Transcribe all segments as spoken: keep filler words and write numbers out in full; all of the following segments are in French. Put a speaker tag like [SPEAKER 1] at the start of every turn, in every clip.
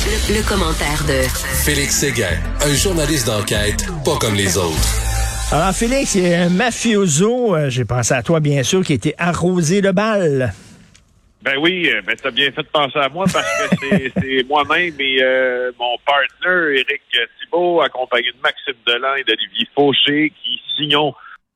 [SPEAKER 1] Le, le commentaire de
[SPEAKER 2] Félix Séguin, un journaliste d'enquête pas comme les autres.
[SPEAKER 3] Alors Félix, il y a un mafioso, euh, j'ai pensé à toi bien sûr, qui a été arrosé de balles.
[SPEAKER 4] Ben oui, ben t'as bien fait de penser à moi parce que c'est, c'est moi-même et euh, mon partner Éric Thibault, accompagné de Maxime Delan et d'Olivier Fauché, qui signons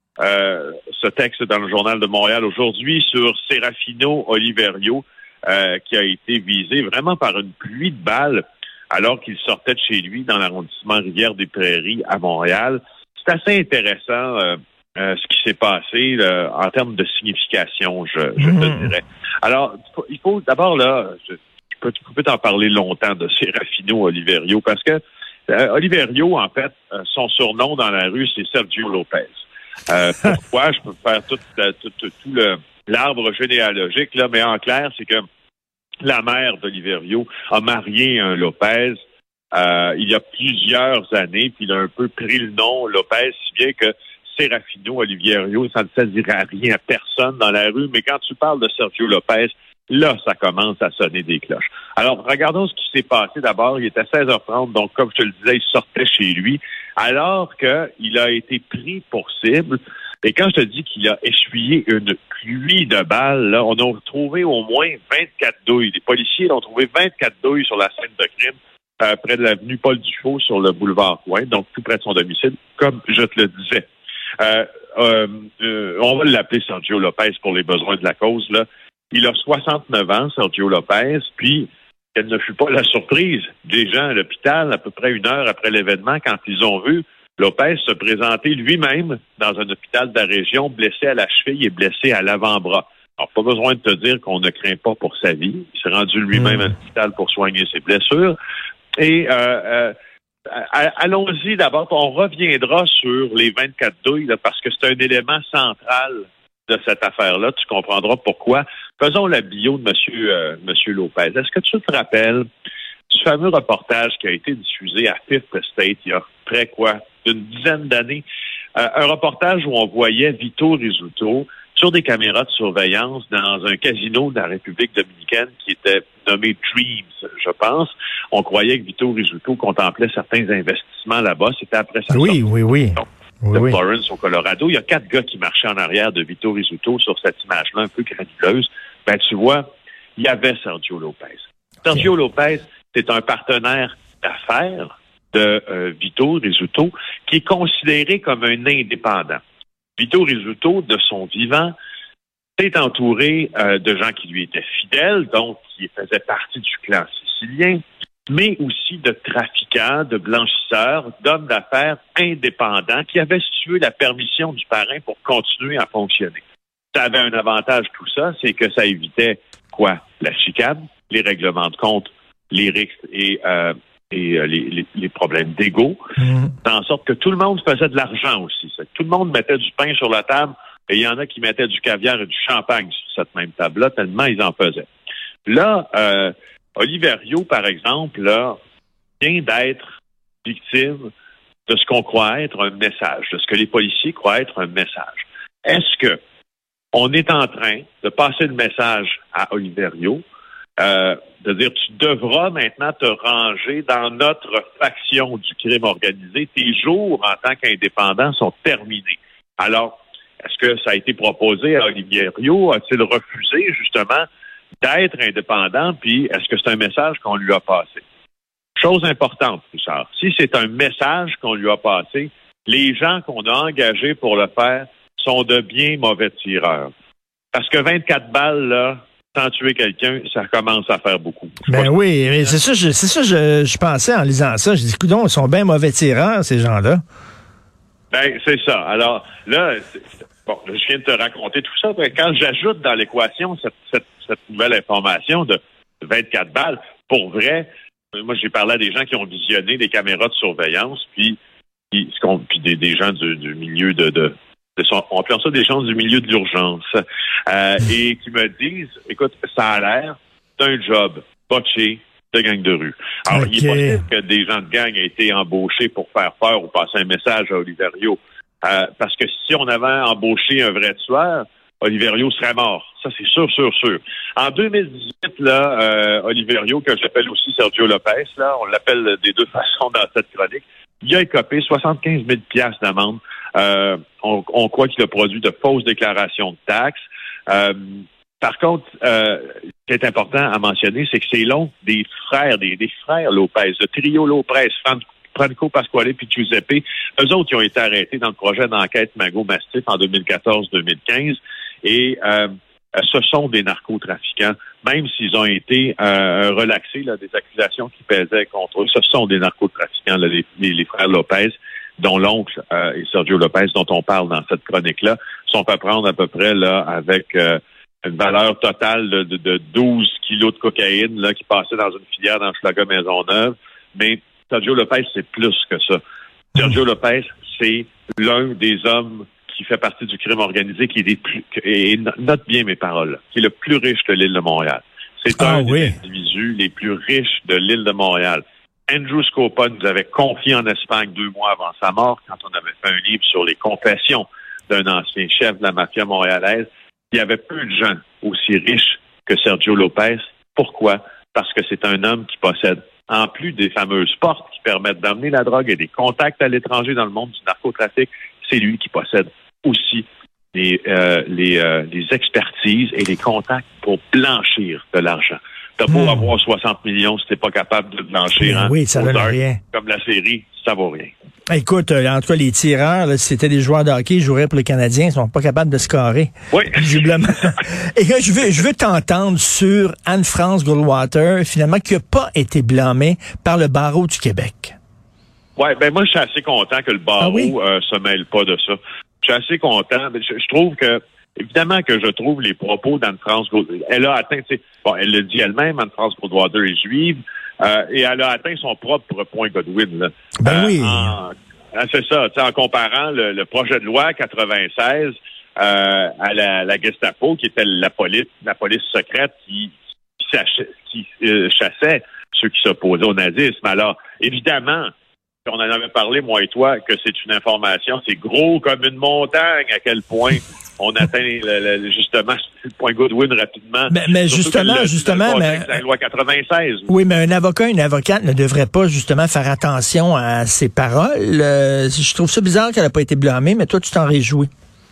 [SPEAKER 4] euh, ce texte dans le Journal de Montréal aujourd'hui sur Serafino Oliverio, euh, qui a été visé vraiment par une pluie de balles alors qu'il sortait de chez lui dans l'arrondissement Rivière-des-Prairies à Montréal. C'est assez intéressant euh, euh, ce qui s'est passé là, en termes de signification, je, je mmh. te dirais. Alors, il faut d'abord, là, je, je, peux, je peux t'en parler longtemps de Serafino Oliverio, parce que euh, Oliverio, en fait, euh, son surnom dans la rue, c'est Sergio Lopez. Euh, pourquoi? Je peux faire tout, tout, tout, tout le, l'arbre généalogique, là, mais en clair, c'est que la mère d'Oliverio a marié un Lopez euh, il y a plusieurs années, puis il a un peu pris le nom Lopez, si bien que Serafino Oliverio, ça ne servira à rien à personne dans la rue, mais quand tu parles de Sergio Lopez, là, ça commence à sonner des cloches. Alors, regardons ce qui s'est passé d'abord. Il était seize heures trente, donc comme je te le disais, il sortait chez lui, alors qu'il a été pris pour cible. Et quand je te dis qu'il a essuyé une pluie de balles, là, on a trouvé au moins vingt-quatre douilles. Les policiers ont trouvé vingt-quatre douilles sur la scène de crime, euh, près de l'avenue Paul Dufault, sur le boulevard Coin, donc tout près de son domicile, comme je te le disais. Euh, euh, euh, on va l'appeler Sergio Lopez pour les besoins de la cause, là. Il a soixante-neuf ans, Sergio Lopez, puis quelle ne fut pas la surprise des gens à l'hôpital à peu près une heure après l'événement quand ils ont vu Lopez se présenter lui-même dans un hôpital de la région, blessé à la cheville et blessé à l'avant-bras. Alors, pas besoin de te dire qu'on ne craint pas pour sa vie. Il s'est rendu lui-même mmh. à l'hôpital pour soigner ses blessures. Et euh, euh, allons-y d'abord. On reviendra sur les vingt-quatre douilles là, parce que c'est un élément central de cette affaire-là. Tu comprendras pourquoi. Faisons la bio de Monsieur, euh, Monsieur Lopez. Est-ce que tu te rappelles du fameux reportage qui a été diffusé à Fifth Estate il y a près quoi, d'une dizaine d'années? Euh, un reportage où on voyait Vito Rizzuto sur des caméras de surveillance dans un casino de la République dominicaine qui était nommé Dreams, je pense. On croyait que Vito Rizzuto contemplait certains investissements là-bas. C'était après sa
[SPEAKER 3] Oui,
[SPEAKER 4] sortie.
[SPEAKER 3] oui, oui.
[SPEAKER 4] Donc,
[SPEAKER 3] oui,
[SPEAKER 4] de
[SPEAKER 3] oui.
[SPEAKER 4] Florence au Colorado. Il y a quatre gars qui marchaient en arrière de Vito Rizzuto sur cette image-là un peu granuleuse. Ben, tu vois, il y avait Sergio Lopez. Sergio okay. Lopez, c'est un partenaire d'affaires de euh, Vito Rizzuto qui est considéré comme un indépendant. Vito Rizzuto, de son vivant, s'est entouré euh, de gens qui lui étaient fidèles, donc qui faisaient partie du clan sicilien, mais aussi de trafiquants, de blanchisseurs, d'hommes d'affaires indépendants qui avaient, si tu veux, la permission du parrain pour continuer à fonctionner. Ça avait un avantage, tout ça, c'est que ça évitait quoi? La chicane, les règlements de compte, les risques et, euh, et euh, les, les, les problèmes d'ego, mmh. en sorte que tout le monde faisait de l'argent aussi. Tout le monde mettait du pain sur la table et il y en a qui mettaient du caviar et du champagne sur cette même table-là, tellement ils en faisaient. Là, euh, Oliverio, par exemple, là, vient d'être victime de ce qu'on croit être un message, de ce que les policiers croient être un message. Est-ce que on est en train de passer le message à Oliverio, euh, de dire tu devras maintenant te ranger dans notre faction du crime organisé. Tes jours en tant qu'indépendant sont terminés. Alors, est-ce que ça a été proposé à Oliverio? A-t-il refusé justement d'être indépendant? Puis, est-ce que c'est un message qu'on lui a passé? Chose importante, Richard. Si c'est un message qu'on lui a passé, les gens qu'on a engagés pour le faire sont de bien mauvais tireurs. Parce que vingt-quatre balles, là, sans tuer quelqu'un, ça commence à faire beaucoup.
[SPEAKER 3] Ben oui, mais c'est ça, je, c'est ça, je, je pensais en lisant ça. Je dis, coudonc, ils sont bien mauvais tireurs, ces gens-là.
[SPEAKER 4] Ben, c'est ça. Alors, là, c'est, bon, je viens de te raconter tout ça. Quand j'ajoute dans l'équation cette, cette, cette nouvelle information de vingt-quatre balles, pour vrai, moi, j'ai parlé à des gens qui ont visionné des caméras de surveillance, puis, puis, puis des, des gens du, du milieu de, de, de son, on appelle ça des gens du milieu de l'urgence, euh, et qui me disent, écoute, ça a l'air d'un job botché de gang de rue. Alors, okay. Il est possible que des gens de gang aient été embauchés pour faire peur ou passer un message à Oliverio, euh, parce que si on avait embauché un vrai tueur, Oliverio serait mort. Ça, c'est sûr, sûr, sûr. En deux mille dix-huit, là, euh, Oliverio, que j'appelle aussi Sergio Lopez, là, on l'appelle des deux façons dans cette chronique, il a écopé soixante-quinze mille dollars d'amende. Euh, on, on croit qu'il a produit de fausses déclarations de taxes. Euh, par contre, euh, ce qui est important à mentionner, c'est que c'est long des frères, des, des frères Lopez, le trio Lopez, Franco Pasquale et Giuseppe, eux autres qui ont été arrêtés dans le projet d'enquête Mago-Mastif en deux mille quatorze deux mille quinze. Et euh, ce sont des narcotrafiquants, même s'ils ont été euh, relaxés là, des accusations qui pesaient contre eux. Ce sont des narcotrafiquants, là, les, les, les frères Lopez, dont l'oncle euh, et Sergio Lopez, dont on parle dans cette chronique-là, sont à prendre à peu près là avec euh, une valeur totale de, de, de douze kilos de cocaïne là, qui passait dans une filière dans Schlager Maisonneuve. Mais Sergio Lopez, c'est plus que ça. Sergio Lopez, c'est l'un des hommes qui fait partie du crime organisé, qui est des plus, et note bien mes paroles, qui est le plus riche de l'île de Montréal. C'est ah, un oui. des individus les plus riches de l'île de Montréal. Andrew Scopa nous avait confié en Espagne deux mois avant sa mort, quand on avait fait un livre sur les confessions d'un ancien chef de la mafia montréalaise. Il y avait peu de gens aussi riches que Sergio Lopez. Pourquoi? Parce que c'est un homme qui possède, en plus des fameuses portes qui permettent d'amener la drogue et des contacts à l'étranger dans le monde du narcotrafic, c'est lui qui possède aussi les, euh, les, euh, les expertises et les contacts pour blanchir de l'argent. T'as beau mmh. avoir soixante millions si t'es pas capable de blanchir, hein,
[SPEAKER 3] oui, ça donne rien.
[SPEAKER 4] Comme la série, ça vaut rien.
[SPEAKER 3] Écoute, euh, en tout cas, les tireurs, là, si c'était des joueurs de hockey, ils joueraient pour les Canadiens, ils sont pas capables de scorer.
[SPEAKER 4] Oui.
[SPEAKER 3] Visiblement. Et là, je veux, je veux t'entendre sur Anne-France Goldwater, finalement, qui n'a pas été blâmée par le barreau du Québec.
[SPEAKER 4] Ouais, ben moi, je suis assez content que le barreau ah oui? euh, se mêle pas de ça. Je suis assez content. Mais je, je trouve que, évidemment que je trouve les propos d'Anne-France Goldwater, elle a atteint, tu sais, bon, elle le dit elle-même, Anne-France Goldwater est juive, euh, et elle a atteint son propre point Godwin, là.
[SPEAKER 3] Ben euh, oui.
[SPEAKER 4] En, c'est ça, tu sais, en comparant le, le projet de loi quatre-vingt-seize euh, à la, la Gestapo, qui était la police, la police secrète qui, qui, sachait, qui euh, chassait ceux qui s'opposaient au nazisme. Alors, évidemment, on en avait parlé, moi et toi, que c'est une information, c'est gros comme une montagne, à quel point on atteint le, le, justement le point Godwin rapidement.
[SPEAKER 3] Mais, mais justement, le, justement,
[SPEAKER 4] le
[SPEAKER 3] mais
[SPEAKER 4] la loi quatre-vingt-seize.
[SPEAKER 3] Oui, mais un avocat, une avocate ne devrait pas justement faire attention à ses paroles. Euh, je trouve ça bizarre qu'elle n'a pas été blâmée, mais toi, tu t'en réjouis.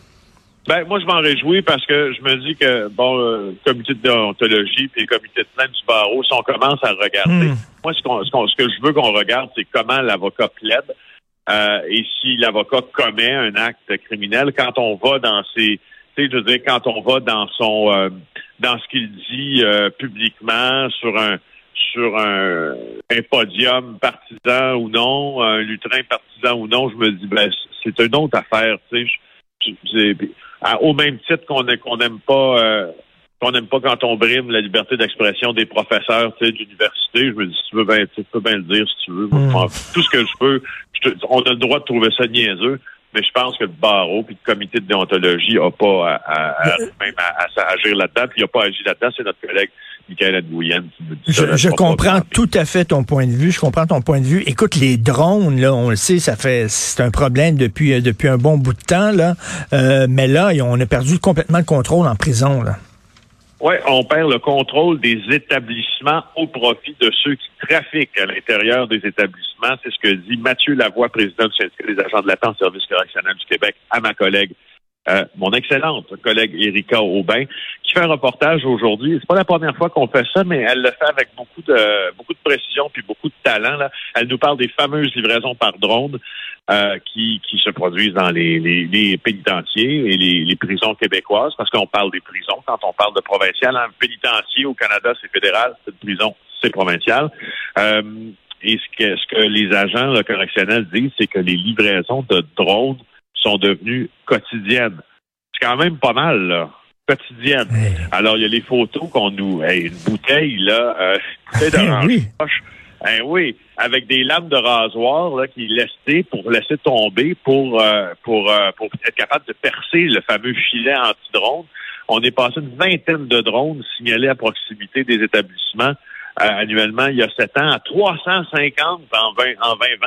[SPEAKER 4] Ben, moi, je m'en réjouis parce que je me dis que, bon, le comité de déontologie puis le comité de plainte du barreau, si on commence à regarder, mmh. moi, ce, qu'on, ce, qu'on, ce que je veux qu'on regarde, c'est comment l'avocat plaide euh, et si l'avocat commet un acte criminel. Quand on va dans ses, tu sais, je veux dire, quand on va dans son, euh, dans ce qu'il dit euh, publiquement sur un, sur un, un podium partisan ou non, un lutrin partisan ou non, je me dis, ben, c'est une autre affaire, tu sais. Je, je, au même titre qu'on qu'on n'aime pas euh, qu'on n'aime pas quand on brime la liberté d'expression des professeurs, tu sais, d'université. Je me dis, si tu veux bien, tu peux bien le dire si tu veux. Mm. Moi, tout ce que je peux, je te, on a le droit de trouver ça niaiseux, mais je pense que le barreau puis le comité de déontologie n'a pas à, à, à, même à, à, à agir là-dedans, puis il n'a pas agi là-dedans. C'est notre collègue Michael Adbouyan qui nous dit
[SPEAKER 3] je,
[SPEAKER 4] ça.
[SPEAKER 3] Je comprends tout à fait ton point de vue. Je comprends ton point de vue. Écoute, les drones, là, on le sait, ça fait, c'est un problème depuis depuis un bon bout de temps, là. Euh, mais là, on a perdu complètement le contrôle en prison, là.
[SPEAKER 4] Oui, on perd le contrôle des établissements au profit de ceux qui trafiquent à l'intérieur des établissements. C'est ce que dit Mathieu Lavoie, président du syndicat des agents de la paix en service correctionnel du Québec, à ma collègue, euh, mon excellente collègue Erika Aubin, qui fait un reportage aujourd'hui. C'est pas la première fois qu'on fait ça, mais elle le fait avec beaucoup de beaucoup de précision puis beaucoup de talent, là. Elle nous parle des fameuses livraisons par drone euh, qui, qui se produisent dans les, les, les pénitenciers et les, les prisons québécoises, parce qu'on parle des prisons quand on parle de provincial. Un pénitencier au Canada, c'est fédéral, cette prison, c'est provincial. Euh, et ce que, ce que les agents là, correctionnels disent, c'est que les livraisons de drones sont devenues quotidiennes. C'est quand même pas mal, là. Quotidienne. Hey. Alors, il y a les photos qu'on nous... Hey, une bouteille, là, euh, une bouteille d'orange
[SPEAKER 3] oui.
[SPEAKER 4] poche. Hein, oui, avec des lames de rasoir là, qui est lestées pour laisser tomber pour, euh, pour, euh, pour être capable de percer le fameux filet anti-drone. On est passé une vingtaine de drones signalés à proximité des établissements euh, annuellement il y a sept ans à trois cent cinquante en vingt vingt.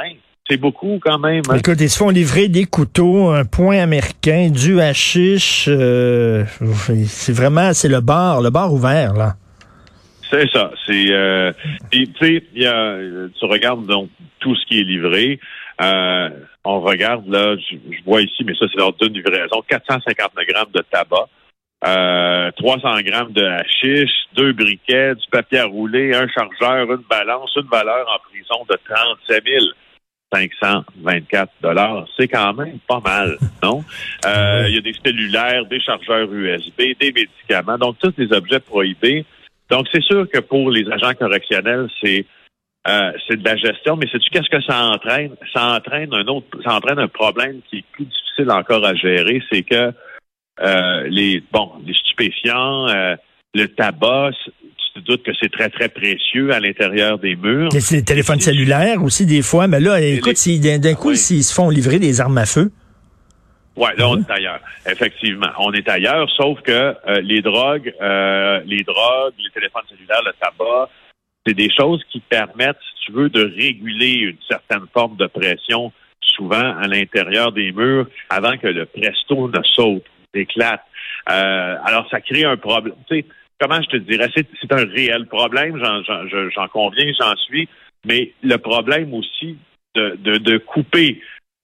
[SPEAKER 4] c'est beaucoup quand même. Hein?
[SPEAKER 3] Écoute, ils se font livrer des couteaux, un point américain, du hashish. Euh, c'est vraiment, c'est le bar, le bar ouvert, là.
[SPEAKER 4] C'est ça. C'est, euh, tu sais, il y a, tu regardes donc tout ce qui est livré. Euh, on regarde là, je, je vois ici, mais ça c'est l'ordre d'une livraison, quatre cent cinquante-neuf grammes de tabac, euh, trois cents grammes de hashish, deux briquets, du papier à rouler, un chargeur, une balance, une valeur en prison de trente-sept mille cinq cent vingt-quatre dollars. C'est quand même pas mal, non? Euh, il y a des cellulaires, des chargeurs U S B, des médicaments, donc tous des objets prohibés. Donc c'est sûr que pour les agents correctionnels, c'est Euh, c'est de la gestion, mais sais-tu qu'est-ce que ça entraîne? Ça entraîne un autre, ça entraîne un problème qui est plus difficile encore à gérer, c'est que euh, les bon, les stupéfiants, euh, le tabac, tu te doutes que c'est très, très précieux à l'intérieur des murs.
[SPEAKER 3] Mais c'est les téléphones et cellulaires aussi des fois, mais là, écoute, les... si, d'un, d'un coup, oui. s'ils se font livrer des armes à feu.
[SPEAKER 4] Ouais, là, on est ailleurs. Effectivement, on est ailleurs, sauf que euh, les drogues, euh, les drogues, les téléphones cellulaires, le tabac, c'est des choses qui permettent, si tu veux, de réguler une certaine forme de pression, souvent à l'intérieur des murs, avant que le presto ne saute, éclate. Euh, alors, ça crée un problème. Tu sais, comment je te dirais, c'est, c'est un réel problème, j'en, j'en, j'en conviens, j'en suis, mais le problème aussi de, de, de couper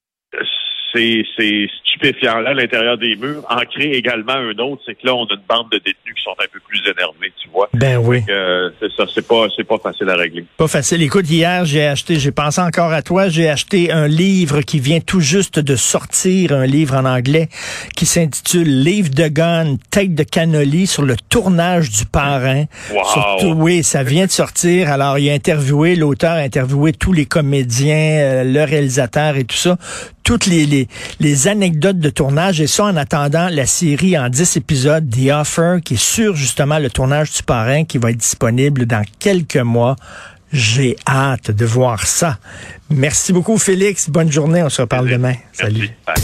[SPEAKER 4] ces, ces stupéfiants-là à l'intérieur des murs en crée également un autre, c'est que là, on a une bande de détenus qui sont un peu plus énervés, tu vois.
[SPEAKER 3] Ben oui.
[SPEAKER 4] Donc, euh, c'est ça, c'est pas, c'est pas facile à régler.
[SPEAKER 3] Pas facile. Écoute, hier, j'ai acheté, j'ai pensé encore à toi, j'ai acheté un livre qui vient tout juste de sortir, un livre en anglais qui s'intitule Leave the Gun, Take the Cannoli sur le tournage du Parrain.
[SPEAKER 4] Wow.
[SPEAKER 3] Surtout, oui, ça vient de sortir. Alors, il a interviewé, l'auteur a interviewé tous les comédiens, euh, le réalisateur et tout ça. Toutes les, les, les anecdotes de tournage, et ça en attendant la série en dix épisodes, The Offer, qui est sur justement le tournage du Parrain, qui va être disponible dans quelques mois. J'ai hâte de voir ça. Merci beaucoup, Félix. Bonne journée. On se reparle
[SPEAKER 4] Merci.
[SPEAKER 3] demain. Salut.
[SPEAKER 4] Merci.